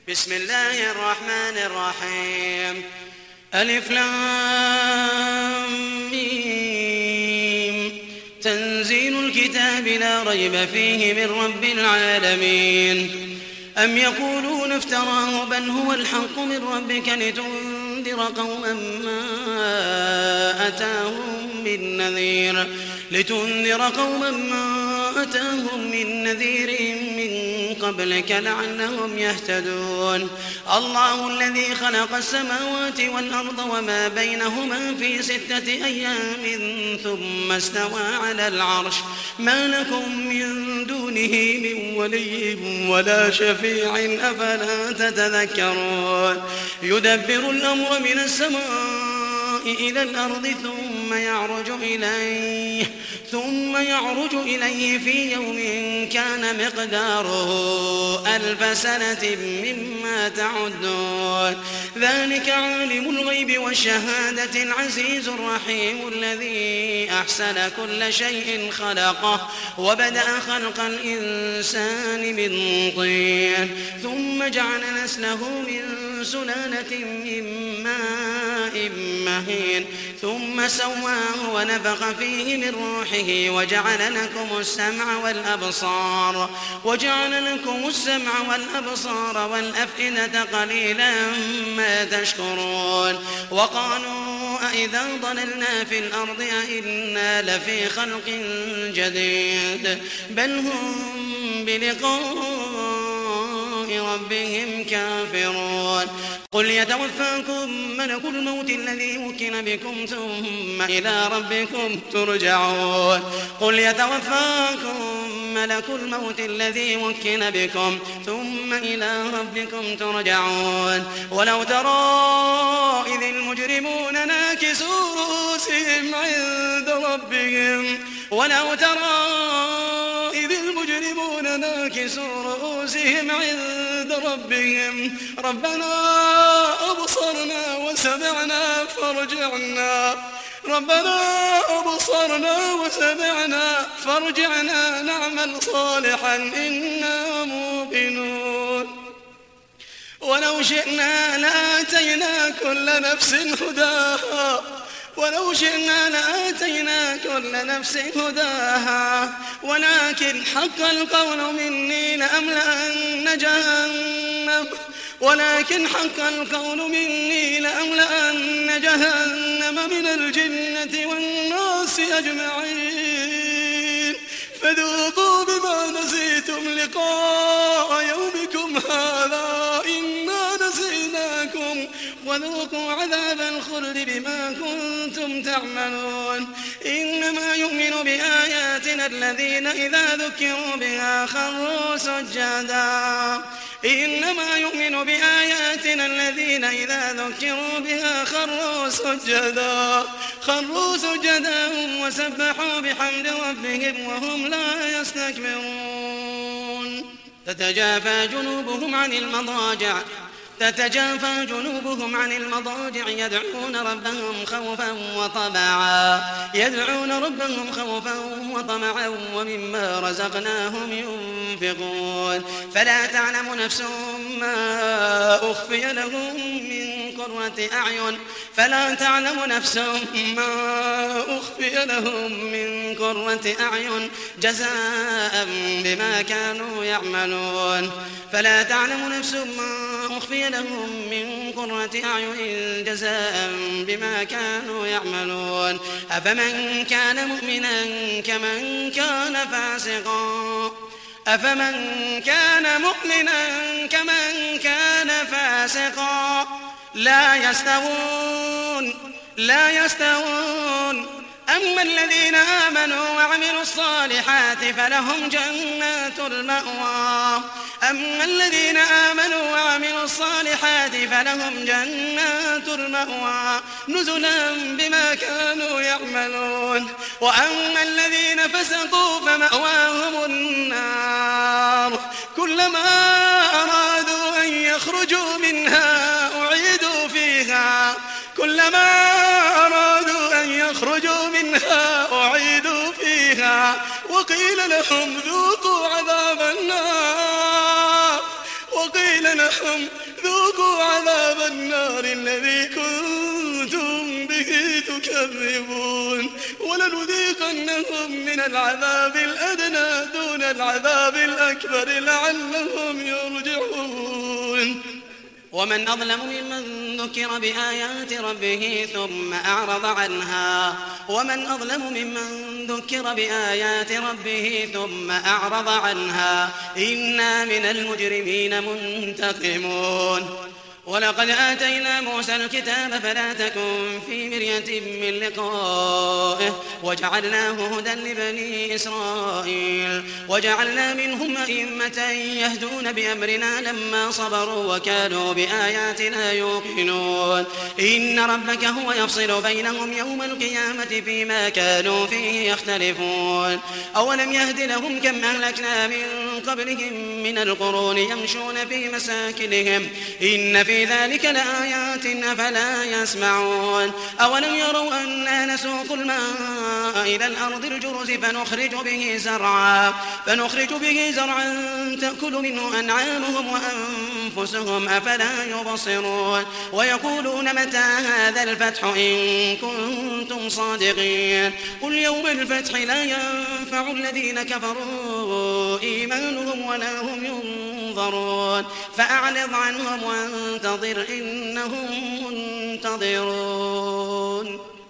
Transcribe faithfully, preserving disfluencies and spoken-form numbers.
بسم الله الرحمن الرحيم. ألف لام ميم. تنزيل الكتاب لا ريب فيه من رب العالمين. أم يقولون افتراه بل هو الحق من ربك لتنذر قوما ما أتاهم من نذير لتنذر قوما ما أتاهم من نذير من قبلك لعلهم يهتدون. الله الذي خلق السماوات والأرض وما بينهما في ستة أيام ثم استوى على العرش ما لكم من دونه من ولي ولا شفيع أفلا تتذكرون. يدبر الأمر من السماء إلى الأرض ثم يعرج إليه ثم يعرج إليه في يوم كان مقداره ألف سنة مما تعدون. ذلك عالم الغيب والشهادة العزيز الرحيم الذي أحسن كل شيء خلقه وبدأ خلق الإنسان من طين ثم جعل نسله من سلالة من ماء مهين ثم سواه ونفخ فيه من روحه وجعل لكم السمع والأبصار وجعل لكم السمع والأبصار والأفئدة قليلا ما تشكرون. وقالوا أئذا ضللنا في الأرض أئنا لفي خلق جديد بل هم بلقاء ربهم كافرون. قل يتوفاكم ملك الموت الذي وكل بكم ثم إلى ربكم ترجعون. قل يتوفاكم ملك الموت الذي وكل بكم ثم إلى ربكم ترجعون. ولو ترى إذ المجرمون ناكسوا رؤوسهم عند ربهم ولو ترى إذ المجرمون ناكسوا رؤوسهم عند ربهم ربنا أبصرنا وسمعنا فارجعنا ربنا أبصرنا وسمعنا فارجعنا نعمل صالحا إنا موقنون. ولو شئنا لآتينا كل نفس هداها ولو شئنا لآتينا كل نفس هداها ولكن حق القول مني لأملأن جهنم ولكن حق القول مني لأملأن جهنم من الجنة والناس أجمعين. فذوقوا بما نسيتم لقاء يومكم هذا إنا نسيناكم وذوقوا عذاب الخلد بما كنتم تعملون. إنما يؤمن بآياتنا الذين إذا ذكروا بها خروا سجدا إنما يؤمن بآياتنا الذين إذا ذكروا بها خروا سجدا خروا سجدا وسبحوا بحمد ربهم وهم لا يستكبرون. تتجافى جنوبهم عن المضاجع تتجافى جنوبهم عن المضاجع يدعون ربهم خوفا وطمعا يدعون ربهم خوفا وطمعا ومما رزقناهم ينفقون. فلا تعلم نفس ما أخفي لهم من قرة أعين فلا تعلم نفس ما أخفي لهم من قرة أعين جزاء بما كانوا يعملون. فلا تعلم نفس ما أخفي لهم من قرة أعين جزاء بما كانوا يعملون. أفمن كان مؤمنا كمن كان فاسقا أفمن كان مؤمنا كمن كان فاسقا لا يستوون لا يستوون. أما الذين آمنوا وعملوا الصالحات فلهم جنات المأوى أما الذين آمنوا وعملوا الصالحات فلهم جنات المأوى نزلا بما كانوا يعملون. وأما الذين فسقوا فمأواهم النار كلما أرادوا أن يخرجوا منها أعيدوا فيها كلما أرادوا أن يخرجوا منها أعيدوا فيها وقيل لهم ذوقوا عذاب النار وقيل لهم ذوقوا عذاب النار الذي كنتم به تكذبون ولنذيقنهم من العذاب الأدنى دون العذاب الأكبر لعلهم يرجعون ومن أظلم ممن ذكر بآيات ربه ثم أعرض عنها ومن أظلم ممن ذكر بآيات ربه ثم أعرض عنها إنا من المجرمين منتقمون ولقد آتينا موسى الكتاب فلا تكن في مرية من لقائه وجعلناه هدى لبني إسرائيل وجعلنا منهم أئمة يهدون بأمرنا لما صبروا وكانوا بآياتنا يوقنون إن ربك هو يفصل بينهم يوم القيامة فيما كانوا فيه يختلفون أولم يهد لهم كم أهلكنا من قبلهم من القرون يمشون في مساكنهم إن في في ذلك لآيات أفلا يسمعون أولم يروا أنا نسوق الماء إلى الأرض الجرز فنخرج به زرعا فنخرج به زرعا تأكل منه أنعامهم وأنفسهم أفلا يبصرون ويقولون متى هذا الفتح إن كنتم صادقين قل يوم الفتح لا ينفع الذين كفروا إيمانهم ولا هم ينظرون فأعرض عنهم وانتظر إنهم منتظرون.